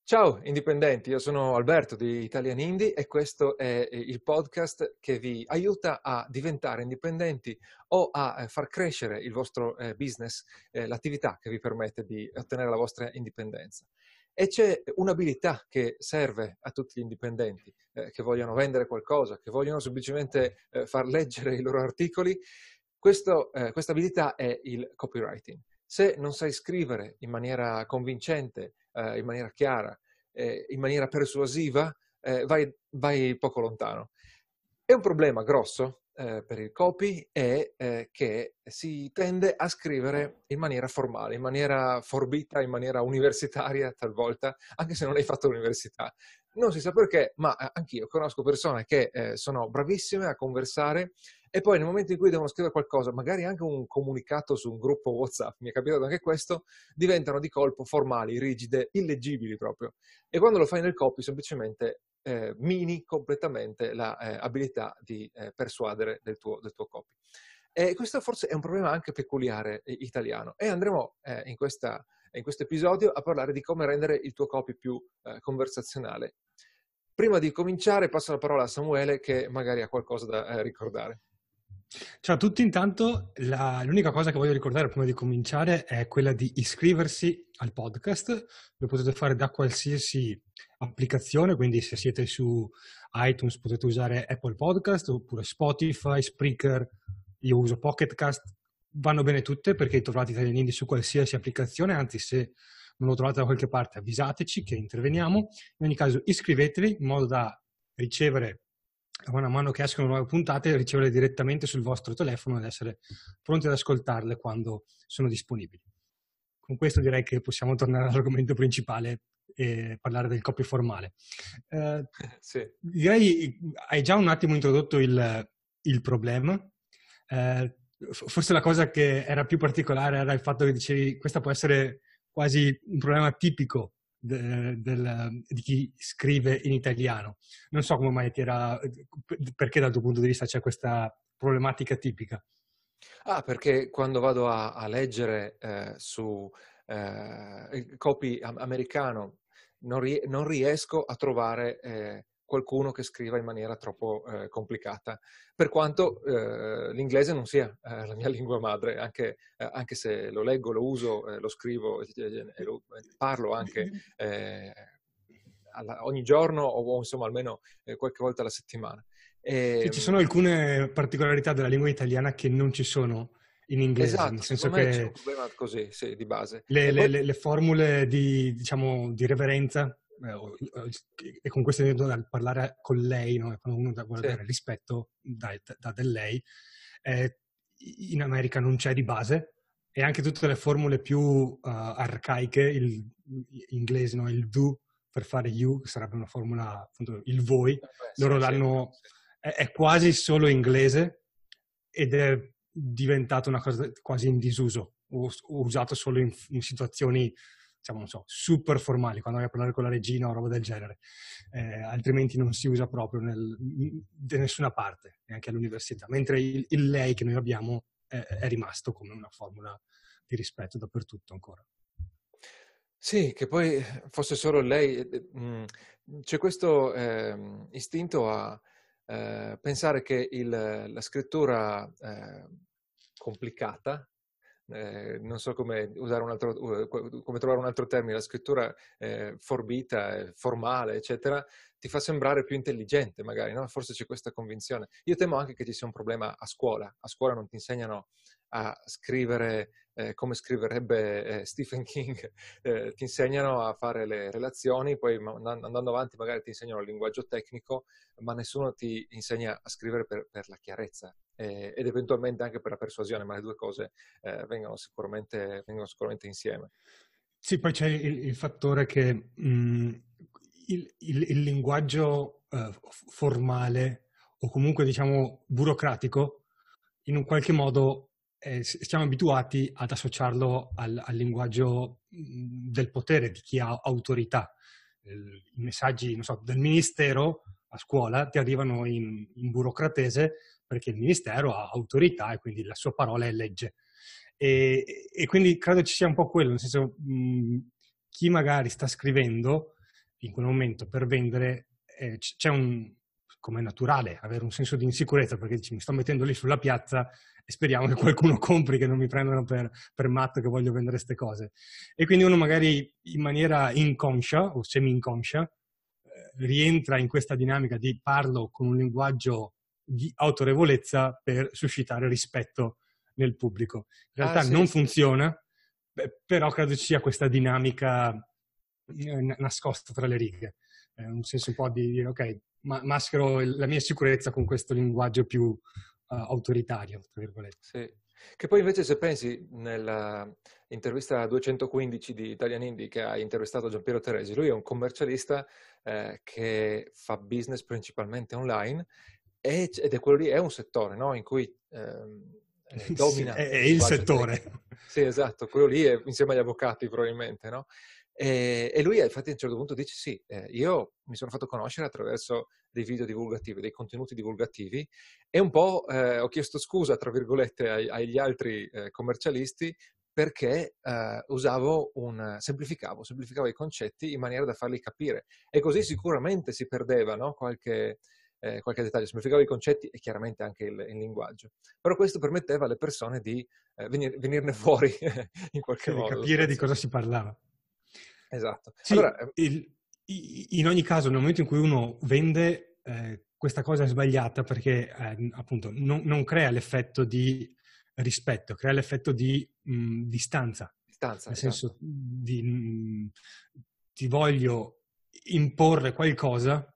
Ciao indipendenti, io sono Alberto di Italian Indie e questo è il podcast che vi aiuta a diventare indipendenti o a far crescere il vostro business, l'attività che vi permette di ottenere la vostra indipendenza. E c'è un'abilità che serve a tutti gli indipendenti che vogliono vendere qualcosa, che vogliono semplicemente far leggere i loro articoli. Questa abilità è il copywriting. Se non sai scrivere in maniera convincente, in maniera chiara, in maniera persuasiva, vai poco lontano. È un problema grosso per il copy è che si tende a scrivere in maniera formale, in maniera forbita, in maniera universitaria talvolta, anche se non hai fatto l'università. Non si sa perché, ma anch'io conosco persone che sono bravissime a conversare e poi nel momento in cui devono scrivere qualcosa, magari anche un comunicato su un gruppo WhatsApp, mi è capitato anche questo, diventano di colpo formali, rigide, illeggibili proprio. E quando lo fai nel copy semplicemente mini completamente l'abilità di persuadere del tuo copy. E questo forse è un problema anche peculiare italiano. E andremo in questo episodio a parlare di come rendere il tuo copy più conversazionale. Prima di cominciare passo la parola a Samuele che magari ha qualcosa da ricordare. Ciao a tutti, intanto l'unica cosa che voglio ricordare prima di cominciare è quella di iscriversi al podcast. Lo potete fare da qualsiasi applicazione, quindi se siete su iTunes potete usare Apple Podcast oppure Spotify, Spreaker, io uso Pocket Cast, vanno bene tutte perché trovate Italian Indie su qualsiasi applicazione, anzi se non lo trovate da qualche parte avvisateci che interveniamo. In ogni caso iscrivetevi in modo da ricevere man mano che escono nuove puntate, riceverle direttamente sul vostro telefono ed essere pronti ad ascoltarle quando sono disponibili. Con questo direi che possiamo tornare all'argomento principale e parlare del copy formale. Sì. Direi hai già un attimo introdotto il problema. Forse la cosa che era più particolare era il fatto che dicevi questo può essere quasi un problema tipico di chi scrive in italiano. Non so come mai perché dal tuo punto di vista c'è questa problematica tipica. Perché quando vado a leggere su il copy americano non riesco a trovare qualcuno che scriva in maniera troppo complicata, per quanto l'inglese non sia la mia lingua madre, anche se lo leggo, lo uso, lo scrivo e lo parlo anche ogni giorno o insomma almeno qualche volta alla settimana. Sì, ci sono alcune particolarità della lingua italiana che non ci sono in inglese, nel Esatto, senso secondo me c'è un che problema così, sì, di base. le, E poi, le- le- le formule di reverenza, e con questo intendo dal parlare con lei, no? Quando uno vuole sì, dare rispetto da del lei, eh, in America non c'è di base, e anche tutte le formule più arcaiche, inglese, no? Il do per fare you, che sarebbe una formula, appunto, il voi, vabbè, sì, loro sì, danno, sì. è quasi solo inglese ed è diventato una cosa quasi in disuso, o usato solo in situazioni, diciamo, non so, super formali, quando vai a parlare con la regina o roba del genere. Altrimenti non si usa proprio da nessuna parte, neanche all'università, mentre il lei che noi abbiamo è rimasto come una formula di rispetto dappertutto ancora. Sì, che poi fosse solo lei, c'è questo istinto a pensare che la scrittura complicata, non so come usare come trovare un altro termine, la scrittura forbita, formale, eccetera, ti fa sembrare più intelligente magari, no? Forse c'è questa convinzione. Io temo anche che ci sia un problema a scuola. A scuola non ti insegnano a scrivere come scriverebbe Stephen King, ti insegnano a fare le relazioni, poi andando avanti magari ti insegnano il linguaggio tecnico, ma nessuno ti insegna a scrivere per la chiarezza ed eventualmente anche per la persuasione, ma le due cose vengono sicuramente insieme. Sì, poi c'è il fattore che il linguaggio formale o comunque diciamo burocratico, in un qualche modo siamo abituati ad associarlo al linguaggio del potere, di chi ha autorità. I messaggi, non so, del ministero a scuola ti arrivano in burocratese perché il ministero ha autorità e quindi la sua parola è legge. E quindi credo ci sia un po' quello, nel senso chi magari sta scrivendo in quel momento per vendere c'è come è naturale, avere un senso di insicurezza, perché dici mi sto mettendo lì sulla piazza e speriamo che qualcuno compri, che non mi prendano per matto che voglio vendere queste cose. E quindi uno magari in maniera inconscia o semi-inconscia rientra in questa dinamica di parlo con un linguaggio di autorevolezza per suscitare rispetto nel pubblico. In realtà Sì, non sì. funziona, però credo ci sia questa dinamica nascosta tra le righe, un senso un po' di dire ok, maschero la mia sicurezza con questo linguaggio più autoritario, tra virgolette. Sì. Che poi invece se pensi nella intervista 215 di Italian Indie che ha intervistato Giampiero Teresi, lui è un commercialista che fa business principalmente online ed è quello lì, è un settore, no? In cui Sì, domina è il il linguaggio settore. tecnico. Sì, esatto, quello lì è insieme agli avvocati probabilmente, no? E lui infatti a un certo punto dice sì, io mi sono fatto conoscere attraverso dei video divulgativi, dei contenuti divulgativi e un po' ho chiesto scusa, tra virgolette, agli altri commercialisti perché semplificavo i concetti in maniera da farli capire e così sicuramente si perdeva, no? Qualche dettaglio, semplificavo i concetti e chiaramente anche il linguaggio. Però questo permetteva alle persone di venirne fuori in qualche Sì, di modo la capire di cosa situazione. si parlava. Esatto. Allora, Sì, in ogni caso, nel momento in cui uno vende, questa cosa è sbagliata perché appunto non crea l'effetto di rispetto, crea l'effetto di distanza. distanza, Nel esatto. senso ti voglio imporre qualcosa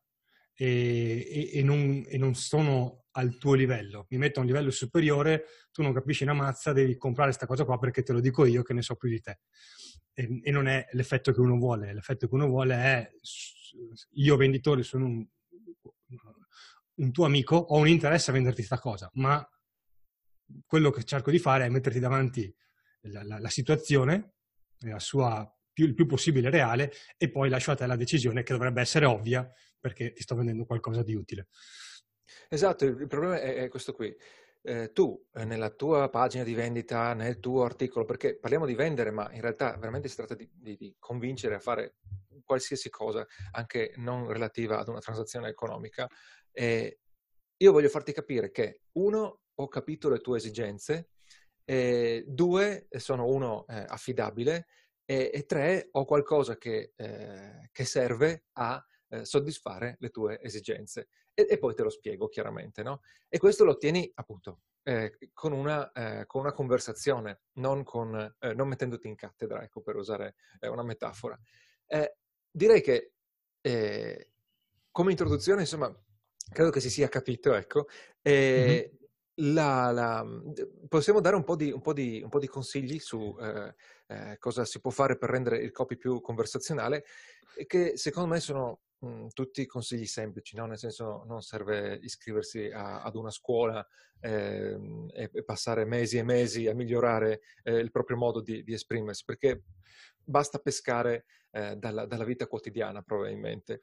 e non sono al tuo livello. Mi metto a un livello superiore, tu non capisci una mazza, devi comprare questa cosa qua perché te lo dico io che ne so più di te. E non è l'effetto che uno vuole. L'effetto che uno vuole è io venditore sono un tuo amico, ho un interesse a venderti questa cosa, ma quello che cerco di fare è metterti davanti la situazione, il più possibile reale, e poi lascio a te la decisione che dovrebbe essere ovvia perché ti sto vendendo qualcosa di utile. Esatto, il problema è questo qui. Tu nella tua pagina di vendita, nel tuo articolo, perché parliamo di vendere, ma in realtà veramente si tratta di convincere a fare qualsiasi cosa, anche non relativa ad una transazione economica. Io voglio farti capire che, uno, ho capito le tue esigenze, due, sono uno affidabile, e tre, ho qualcosa che serve a soddisfare le tue esigenze. E poi te lo spiego chiaramente, no? E questo lo ottieni appunto con una conversazione, non mettendoti in cattedra, ecco, per usare una metafora. Direi che eh, come introduzione, insomma, credo che si sia capito, ecco. Mm-hmm. Eh, possiamo dare un po' di consigli su cosa si può fare per rendere il copy più conversazionale, e che secondo me sono tutti consigli semplici, no? Nel senso non serve iscriversi ad una scuola e passare mesi e mesi a migliorare il proprio modo di esprimersi, perché basta pescare dalla vita quotidiana probabilmente.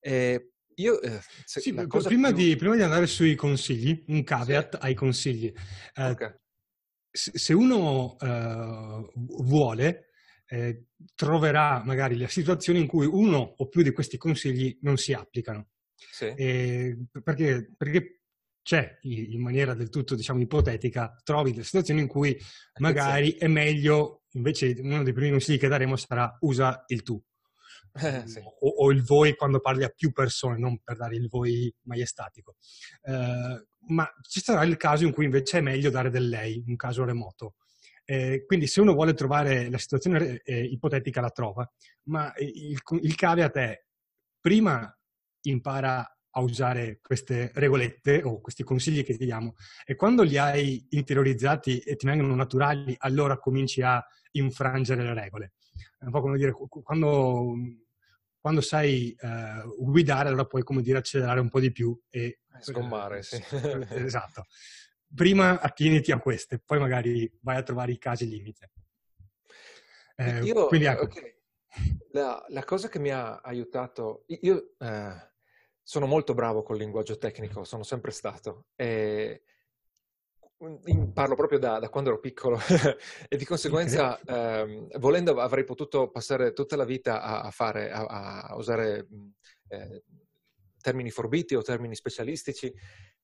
Sì, La cosa prima più... prima di andare sui consigli, un Sì, caveat ai consigli. ok, Se uno vuole, troverà magari le situazioni in cui uno o più di questi consigli non si applicano. sì, Perché c'è, in maniera del tutto, diciamo, ipotetica, trovi delle situazioni in cui sì. magari è meglio, invece uno dei primi consigli che daremo sarà usa il tu. Sì. O il voi quando parli a più persone, non per dare il voi maiestatico. Ma ci sarà il caso in cui invece è meglio dare del lei, un caso remoto. Quindi se uno vuole trovare la situazione ipotetica la trova, ma il caveat è prima impara a usare queste regolette o questi consigli che ti diamo e quando li hai interiorizzati e ti vengono naturali, allora cominci a infrangere le regole. È un po' come dire, quando sai guidare, allora puoi, come dire, accelerare un po' di più. Sgommare, sì. Esatto. Prima attieniti a queste, poi magari vai a trovare i casi limite. Quindi ecco. Ok, la cosa che mi ha aiutato, io sono molto bravo col linguaggio tecnico, sono sempre stato. parlo proprio da quando ero piccolo e di Ok. conseguenza, volendo, avrei potuto passare tutta la vita a usare eh, termini forbiti o termini specialistici,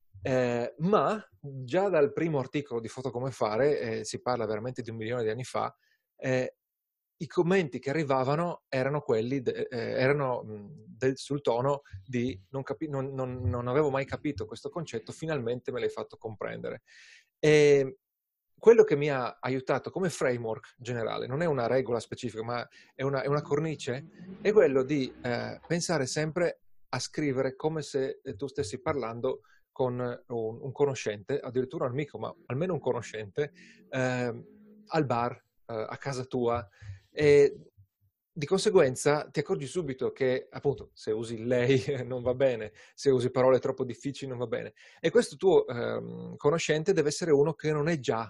ma già dal primo articolo di Foto come fare, si parla veramente di 1 milione di anni fa, eh, i commenti che arrivavano erano quelli sul tono di non avevo mai capito questo concetto, finalmente me l'hai fatto comprendere. E quello che mi ha aiutato come framework generale, non è una regola specifica, ma è una cornice, è quello di pensare sempre a scrivere come se tu stessi parlando con un conoscente, addirittura un amico, ma almeno un conoscente, al bar, a casa tua, e di conseguenza ti accorgi subito che, appunto, se usi il lei non va bene, se usi parole troppo difficili non va bene. E questo tuo conoscente deve essere uno che non è già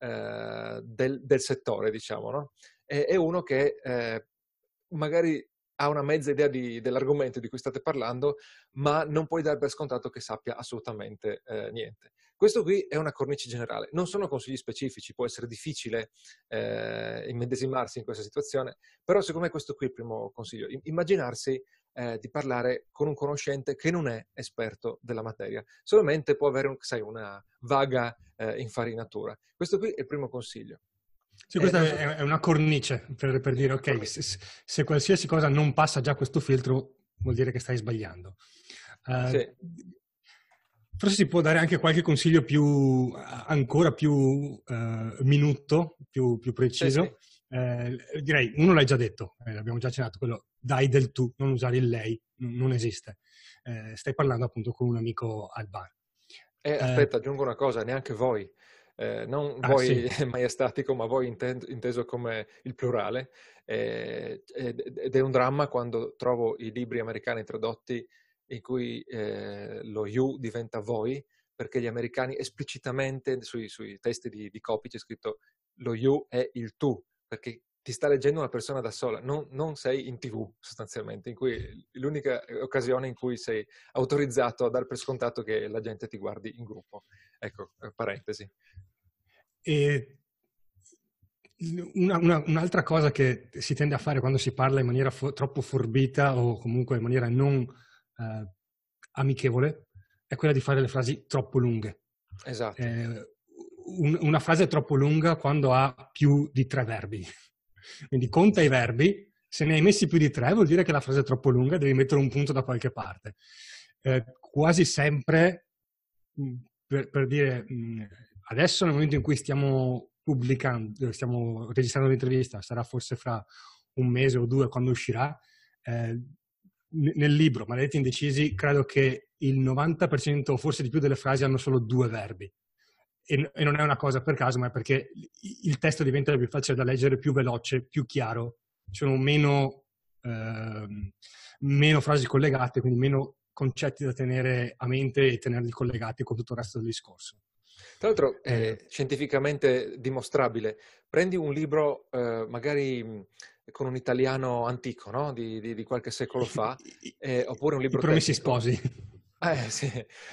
del settore, diciamo, no? È uno che magari ha una mezza idea dell'argomento di cui state parlando, ma non puoi dare per scontato che sappia assolutamente niente. Questo qui è una cornice generale, non sono consigli specifici, può essere difficile immedesimarsi in questa situazione, però secondo me questo qui è il primo consiglio, immaginarsi di parlare con un conoscente che non è esperto della materia, solamente può avere una vaga infarinatura. Questo qui è il primo consiglio. Sì, questa Non so è una cornice per dire, ok, cornice. se qualsiasi cosa non passa già questo filtro, vuol dire che stai sbagliando. Sì, Forse si può dare anche qualche consiglio ancora più minuto, più sì, sì. preciso. Direi, uno l'hai già detto, l'abbiamo già accennato, quello dai del tu, non usare il lei, non esiste. Stai parlando appunto con un amico al bar. E Eh, aspetta, aggiungo una cosa, neanche voi, non sì. voi maiestatico, ma voi inteso come il plurale, ed è un dramma quando trovo i libri americani tradotti in cui lo you diventa voi, perché gli americani esplicitamente sui testi di copy c'è scritto lo you è il tu, perché ti sta leggendo una persona da sola, non sei in TV sostanzialmente, in cui l'unica occasione in cui sei autorizzato a dar per scontato che la gente ti guardi in gruppo. Ecco, parentesi. E un'altra cosa che si tende a fare quando si parla in maniera troppo forbita o comunque in maniera non amichevole è quella di fare le frasi troppo lunghe. Esatto. Eh, una frase troppo lunga quando ha più di 3 verbi. Quindi conta i verbi, se ne hai messi più di 3 vuol dire che la frase è troppo lunga, devi mettere un punto da qualche parte. Quasi sempre, per dire, adesso nel momento in cui stiamo pubblicando, stiamo registrando l'intervista, sarà forse fra un mese o 2 quando uscirà, nel libro Maledetti Indecisi credo che il 90% o forse di più delle frasi hanno solo 2 verbi. E non è una cosa per caso, ma è perché il testo diventa più facile da leggere, più veloce, più chiaro, ci sono meno frasi collegate, quindi meno concetti da tenere a mente e tenerli collegati con tutto il resto del discorso. Tra l'altro Eh, è scientificamente dimostrabile. Prendi un libro magari con un italiano antico, no? Di qualche secolo fa, i, oppure un I libro promessi tecnico. sposi. Sì,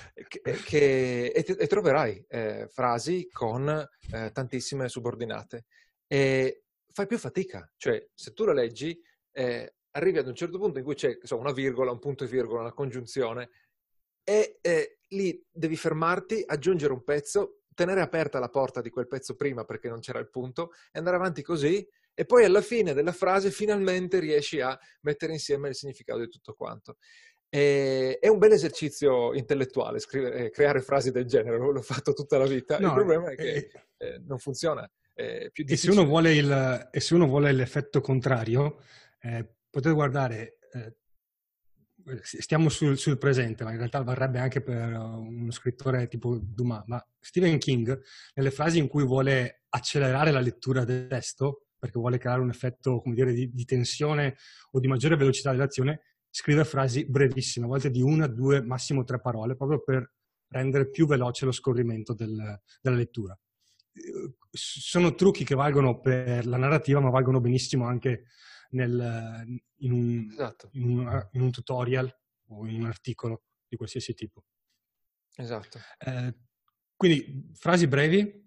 e troverai frasi con tantissime subordinate e fai più fatica, cioè se tu la leggi arrivi ad un certo punto in cui c'è una virgola, un punto e virgola, una congiunzione e lì devi fermarti, aggiungere un pezzo, tenere aperta la porta di quel pezzo prima perché non c'era il punto e andare avanti così e poi alla fine della frase finalmente riesci a mettere insieme il significato di tutto quanto. È un bel esercizio intellettuale creare frasi del genere, l'ho fatto tutta la vita. Il No, problema è che non funziona, è più e difficile. se uno vuole l'effetto contrario, potete guardare, stiamo sul presente, ma in realtà varrebbe anche per uno scrittore tipo Dumas, ma Stephen King, nelle frasi in cui vuole accelerare la lettura del testo, perché vuole creare un effetto, come dire, di tensione o di maggiore velocità dell'azione, scrive frasi brevissime, a volte di 1, 2, massimo 3 parole, proprio per rendere più veloce lo scorrimento della lettura. Sono trucchi che valgono per la narrativa, ma valgono benissimo anche in Esatto, in un tutorial o in un articolo di qualsiasi tipo. esatto. Eh, Quindi, frasi brevi,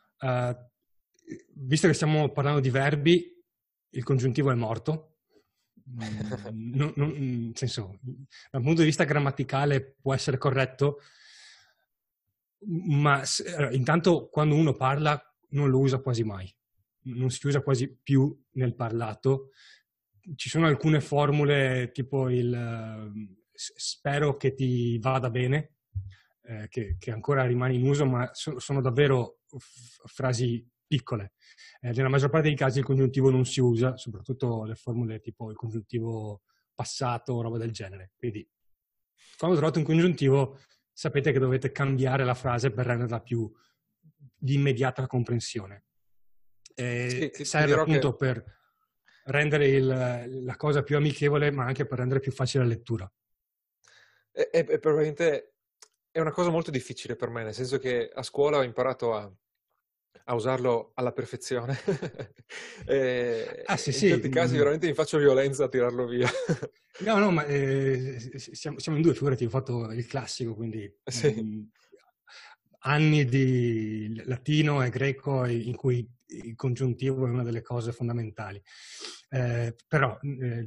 visto che stiamo parlando di verbi, il congiuntivo è morto. Nel senso, dal punto di vista grammaticale può essere corretto, ma intanto quando uno parla non lo usa quasi mai, non si usa quasi più nel parlato. Ci sono alcune formule tipo spero che ti vada bene, che ancora rimane in uso, ma sono davvero frasi piccole. Nella maggior parte dei casi il congiuntivo non si usa, soprattutto le formule tipo il congiuntivo passato o roba del genere. Quindi quando trovate un congiuntivo sapete che dovete cambiare la frase per renderla più di immediata comprensione. Sì, ti Serve dirò appunto che per rendere la cosa più amichevole, ma anche per rendere più facile la lettura. è probabilmente è una cosa molto difficile per me, nel senso che a scuola ho imparato a usarlo alla perfezione. Ah sì, In certi casi sì. veramente mi faccio violenza a tirarlo via. No, ma siamo in due, figurati, ho fatto il classico, quindi Sì. anni di latino e greco in cui il congiuntivo è una delle cose fondamentali. Però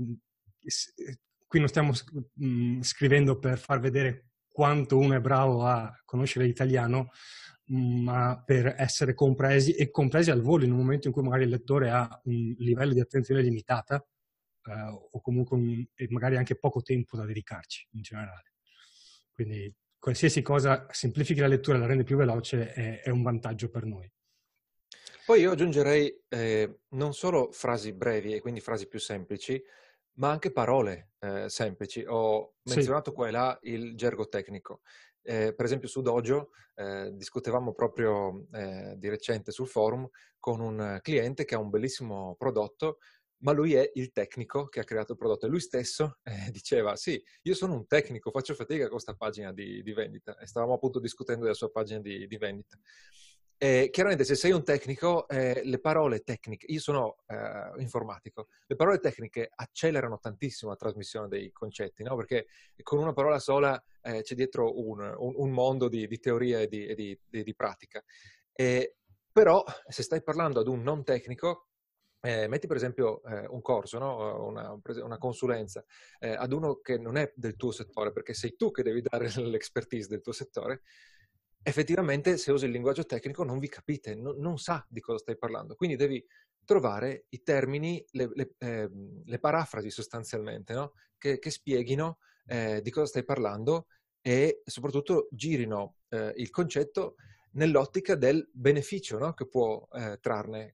qui non stiamo scrivendo per far vedere quanto uno è bravo a conoscere l'italiano, ma per essere compresi e compresi al volo in un momento in cui magari il lettore ha un livello di attenzione limitata, o comunque magari anche poco tempo da dedicarci in generale. Quindi qualsiasi cosa semplifichi la lettura e la rende più veloce è un vantaggio per noi. Poi io aggiungerei non solo frasi brevi e quindi frasi più semplici, ma anche parole semplici. Ho Sì, menzionato qua e là il gergo tecnico. Per esempio su Dojo discutevamo proprio di recente sul forum con un cliente che ha un bellissimo prodotto, ma lui è il tecnico che ha creato il prodotto e lui stesso diceva sì, io sono un tecnico, faccio fatica con questa pagina di vendita e stavamo appunto discutendo della sua pagina di vendita. Chiaramente se sei un tecnico, le parole tecniche, io sono informatico, le parole tecniche accelerano tantissimo la trasmissione dei concetti, no? Perché con una parola sola c'è dietro un mondo di teoria e di pratica. Però se stai parlando ad un non tecnico, metti per esempio un corso, no? Una consulenza, ad uno che non è del tuo settore, perché sei tu che devi dare l'expertise del tuo settore, effettivamente se usi il linguaggio tecnico non vi capite, non sa di cosa stai parlando, quindi devi trovare i termini, le parafrasi sostanzialmente, no? Che spieghino di cosa stai parlando e soprattutto girino il concetto nell'ottica del beneficio, no? Che può trarne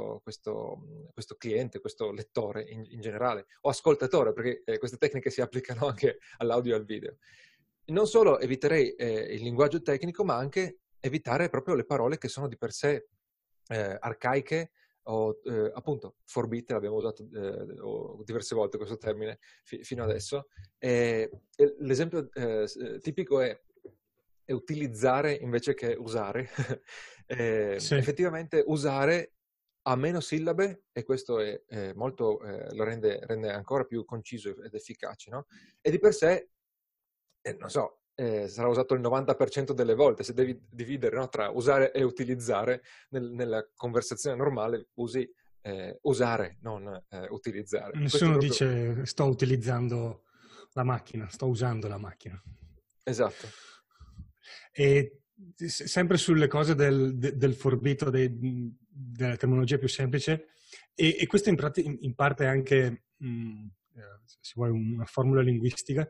questo cliente, questo lettore in generale, o ascoltatore, perché queste tecniche si applicano anche all'audio e al video. Non solo eviterei il linguaggio tecnico, ma anche evitare proprio le parole che sono di per sé arcaiche o appunto forbite, l'abbiamo usato diverse volte questo termine fino adesso. L'esempio tipico è utilizzare invece che usare. sì. Effettivamente usare ha meno sillabe e questo molto, lo rende ancora più conciso ed efficace, no? E di per sé non so, sarà usato il 90% delle volte. Se devi dividere, no, tra usare e utilizzare, nella conversazione normale usi usare, non utilizzare. Questo è Nessuno proprio dice sto utilizzando la macchina, sto usando la macchina. esatto. E sempre sulle cose del forbito, della terminologia più semplice, e questo in parte è anche, se vuoi, una formula linguistica,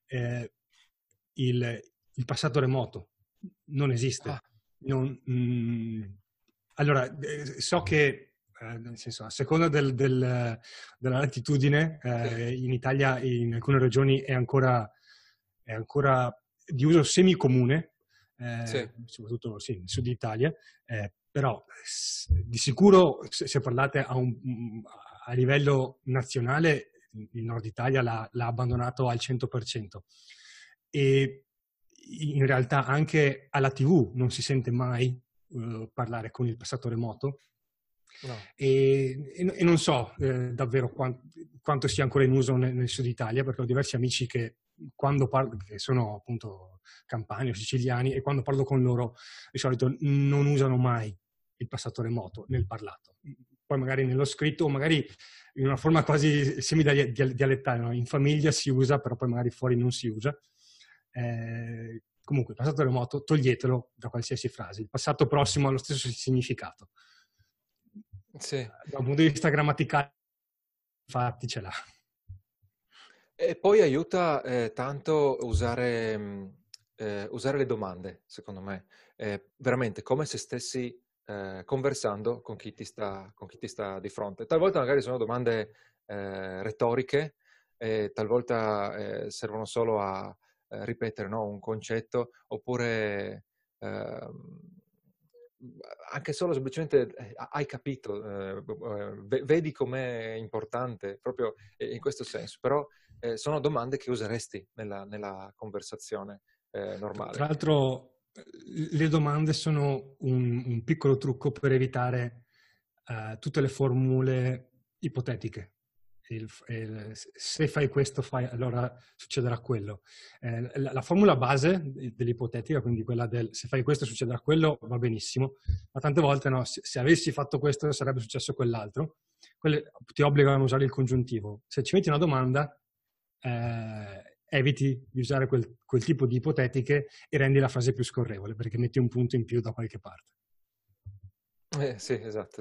il passato remoto non esiste. Ah, Allora, so che, nel senso, a seconda della latitudine, sì, in Italia, in alcune regioni è ancora di uso semicomune, sì. soprattutto sì, nel sud Italia, però di sicuro se parlate a livello nazionale, il nord Italia l'ha abbandonato al 100%. E in realtà anche alla TV non si sente mai parlare con il passato remoto. No. E non so davvero quanto sia ancora in uso nel sud Italia, perché ho diversi amici che quando parlo, che sono appunto campani o siciliani, e quando parlo con loro di solito non usano mai il passato remoto nel parlato. Poi magari nello scritto o magari in una forma quasi semi-dialettale, no? In famiglia si usa, però poi magari fuori non si usa. Comunque, il passato remoto, toglietelo da qualsiasi frase. Il passato prossimo ha lo stesso significato. Sì. Da un punto di vista grammaticale, infatti, ce l'ha. E poi aiuta tanto usare le domande, secondo me. Veramente come se stessi conversando con chi ti sta di fronte. Talvolta magari sono domande retoriche, talvolta servono solo a ripetere, no, un concetto, oppure anche solo semplicemente hai capito, vedi com'è importante, proprio in questo senso. Però sono domande che useresti nella conversazione Tra normale. l'altro, le domande sono un piccolo trucco per evitare tutte le formule ipotetiche. Se fai questo, allora succederà quello. La formula base dell'ipotetica, quindi quella del se fai questo succederà quello, va benissimo, ma tante volte no, se avessi fatto questo sarebbe successo quell'altro. Quelle ti obbligano a usare il congiuntivo. Se ci metti una domanda, eviti di usare quel tipo di ipotetiche e rendi la frase più scorrevole, perché metti un punto in più da qualche parte. Sì, esatto.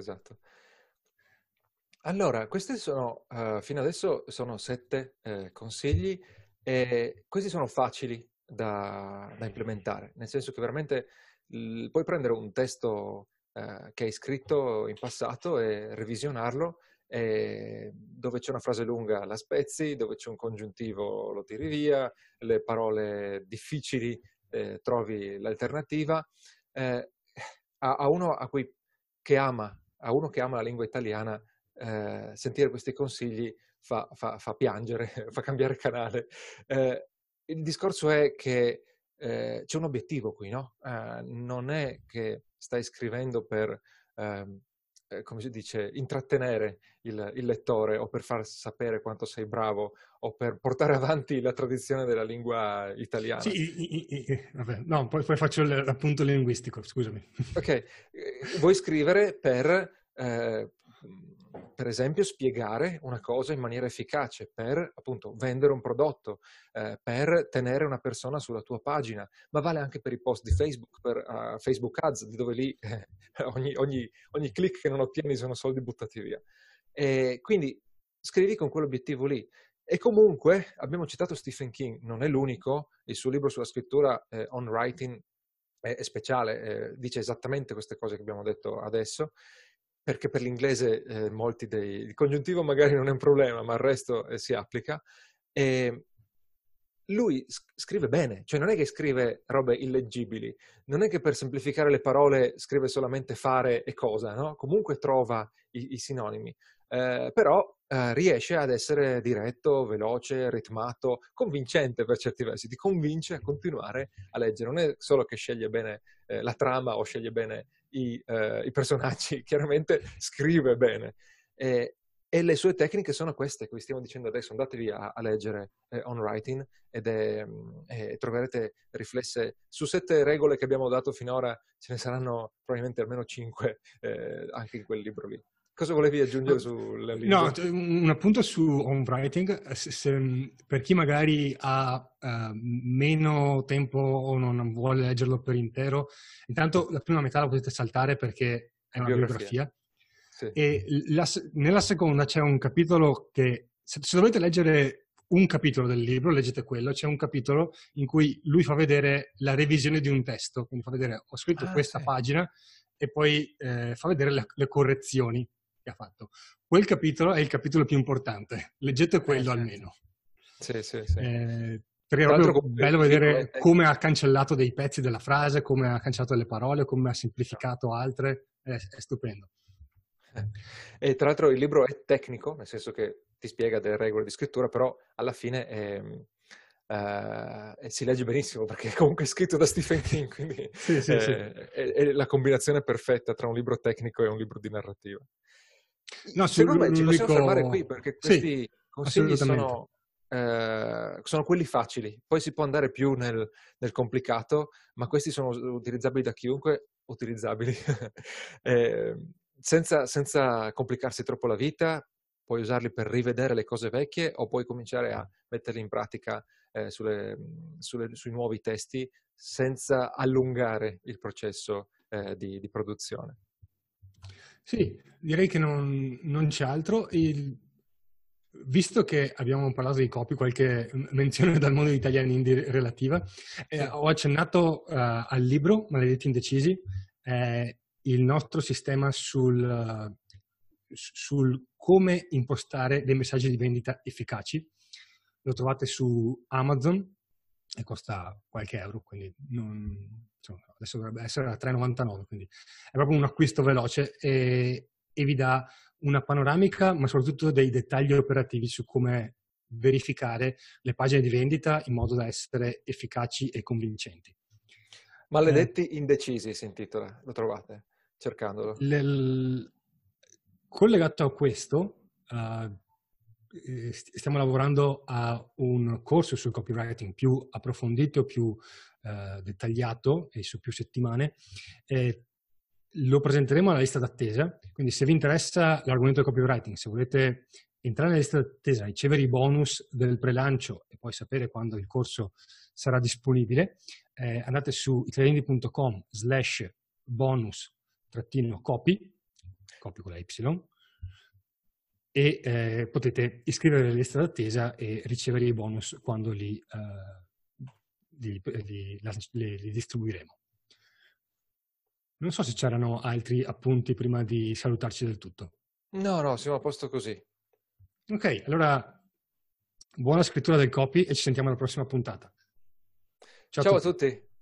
Allora, questi sono, fino adesso sono 7 consigli, e questi sono facili da implementare, nel senso che veramente puoi prendere un testo che hai scritto in passato e revisionarlo, e dove c'è una frase lunga la spezzi, dove c'è un congiuntivo lo tiri via, le parole difficili trovi l'alternativa. Eh, a uno a uno che ama la lingua italiana, sentire questi consigli fa piangere, fa cambiare canale. Il discorso è che c'è un obiettivo qui, no? Non è che stai scrivendo per, come si dice, intrattenere il lettore, o per far sapere quanto sei bravo, o per portare avanti la tradizione della lingua italiana. Sì, vabbè, no, poi faccio l'appunto linguistico, scusami. Ok, vuoi scrivere per esempio, spiegare una cosa in maniera efficace, per appunto vendere un prodotto, per tenere una persona sulla tua pagina, ma vale anche per i post di Facebook, per Facebook Ads, di dove lì ogni click che non ottieni sono soldi buttati via. E quindi scrivi con quell'obiettivo lì. E comunque, abbiamo citato Stephen King, non è l'unico, il suo libro sulla scrittura, On Writing, è speciale, dice esattamente queste cose che abbiamo detto adesso, perché per l'inglese molti il congiuntivo magari non è un problema, ma il resto si applica. E lui scrive bene, cioè non è che scrive robe illeggibili, non è che per semplificare le parole scrive solamente fare e cosa, no? Comunque trova i sinonimi, però riesce ad essere diretto, veloce, ritmato, convincente per certi versi, ti convince a continuare a leggere. Non è solo che sceglie bene la trama o sceglie bene i personaggi, chiaramente scrive bene. E le sue tecniche sono queste che vi stiamo dicendo adesso. Andatevi a leggere On Writing e troverete riflesse su 7 regole che abbiamo dato finora. Ce ne saranno probabilmente almeno 5 anche in quel libro lì. Cosa volevi aggiungere sulla lingua? No, un appunto su On Writing, per chi magari ha meno tempo o non vuole leggerlo per intero, intanto la prima metà la potete saltare perché è una biografia. Sì. E nella seconda c'è un capitolo che, se dovete leggere un capitolo del libro, leggete quello. C'è un capitolo in cui lui fa vedere la revisione di un testo, quindi fa vedere ho scritto questa pagina e poi fa vedere le correzioni che ha fatto. Quel capitolo è il capitolo più importante, leggete quello almeno. Sì. Perché è proprio bello vedere come ha cancellato dei pezzi della frase, come ha cancellato le parole, come ha semplificato altre, è stupendo. E tra l'altro il libro è tecnico, nel senso che ti spiega delle regole di scrittura, però alla fine si legge benissimo, perché è comunque scritto da Stephen King, quindi sì. è la combinazione perfetta tra un libro tecnico e un libro di narrativa. No, Secondo me ci possiamo fermare qui perché Sì, questi consigli assolutamente. sono quelli facili. Poi si può andare più nel complicato, ma questi sono utilizzabili da chiunque, utilizzabili. Eh, senza complicarsi troppo la vita, puoi usarli per rivedere le cose vecchie o puoi cominciare a metterli in pratica sui nuovi testi senza allungare il processo di produzione. Sì, direi che non c'è altro. Visto che abbiamo parlato di copy, qualche menzione dal mondo italiano indie relativa, Sì. ho accennato al libro Maledetti Indecisi, il nostro sistema sul come impostare dei messaggi di vendita efficaci. Lo trovate su Amazon e costa qualche euro, quindi insomma, adesso dovrebbe essere a 3,99, quindi è proprio un acquisto veloce e vi dà una panoramica, ma soprattutto dei dettagli operativi su come verificare le pagine di vendita in modo da essere efficaci e convincenti. Maledetti Indecisi si intitola, lo trovate cercandolo. Collegato a questo, stiamo lavorando a un corso sul copywriting più approfondito, più dettagliato e su più settimane. Lo presenteremo alla lista d'attesa, quindi se vi interessa l'argomento del copywriting, se volete entrare nella lista d'attesa, ricevere i bonus del prelancio e poi sapere quando il corso sarà disponibile, andate su italiani.com/bonus-copy con la Y, e potete iscrivervi alla lista d'attesa e ricevere i bonus quando li distribuiremo. Non so se c'erano altri appunti prima di salutarci del tutto. No, siamo a posto così. Ok, allora buona scrittura del copy e ci sentiamo alla prossima puntata. Ciao a Ciao a tutti. tutti.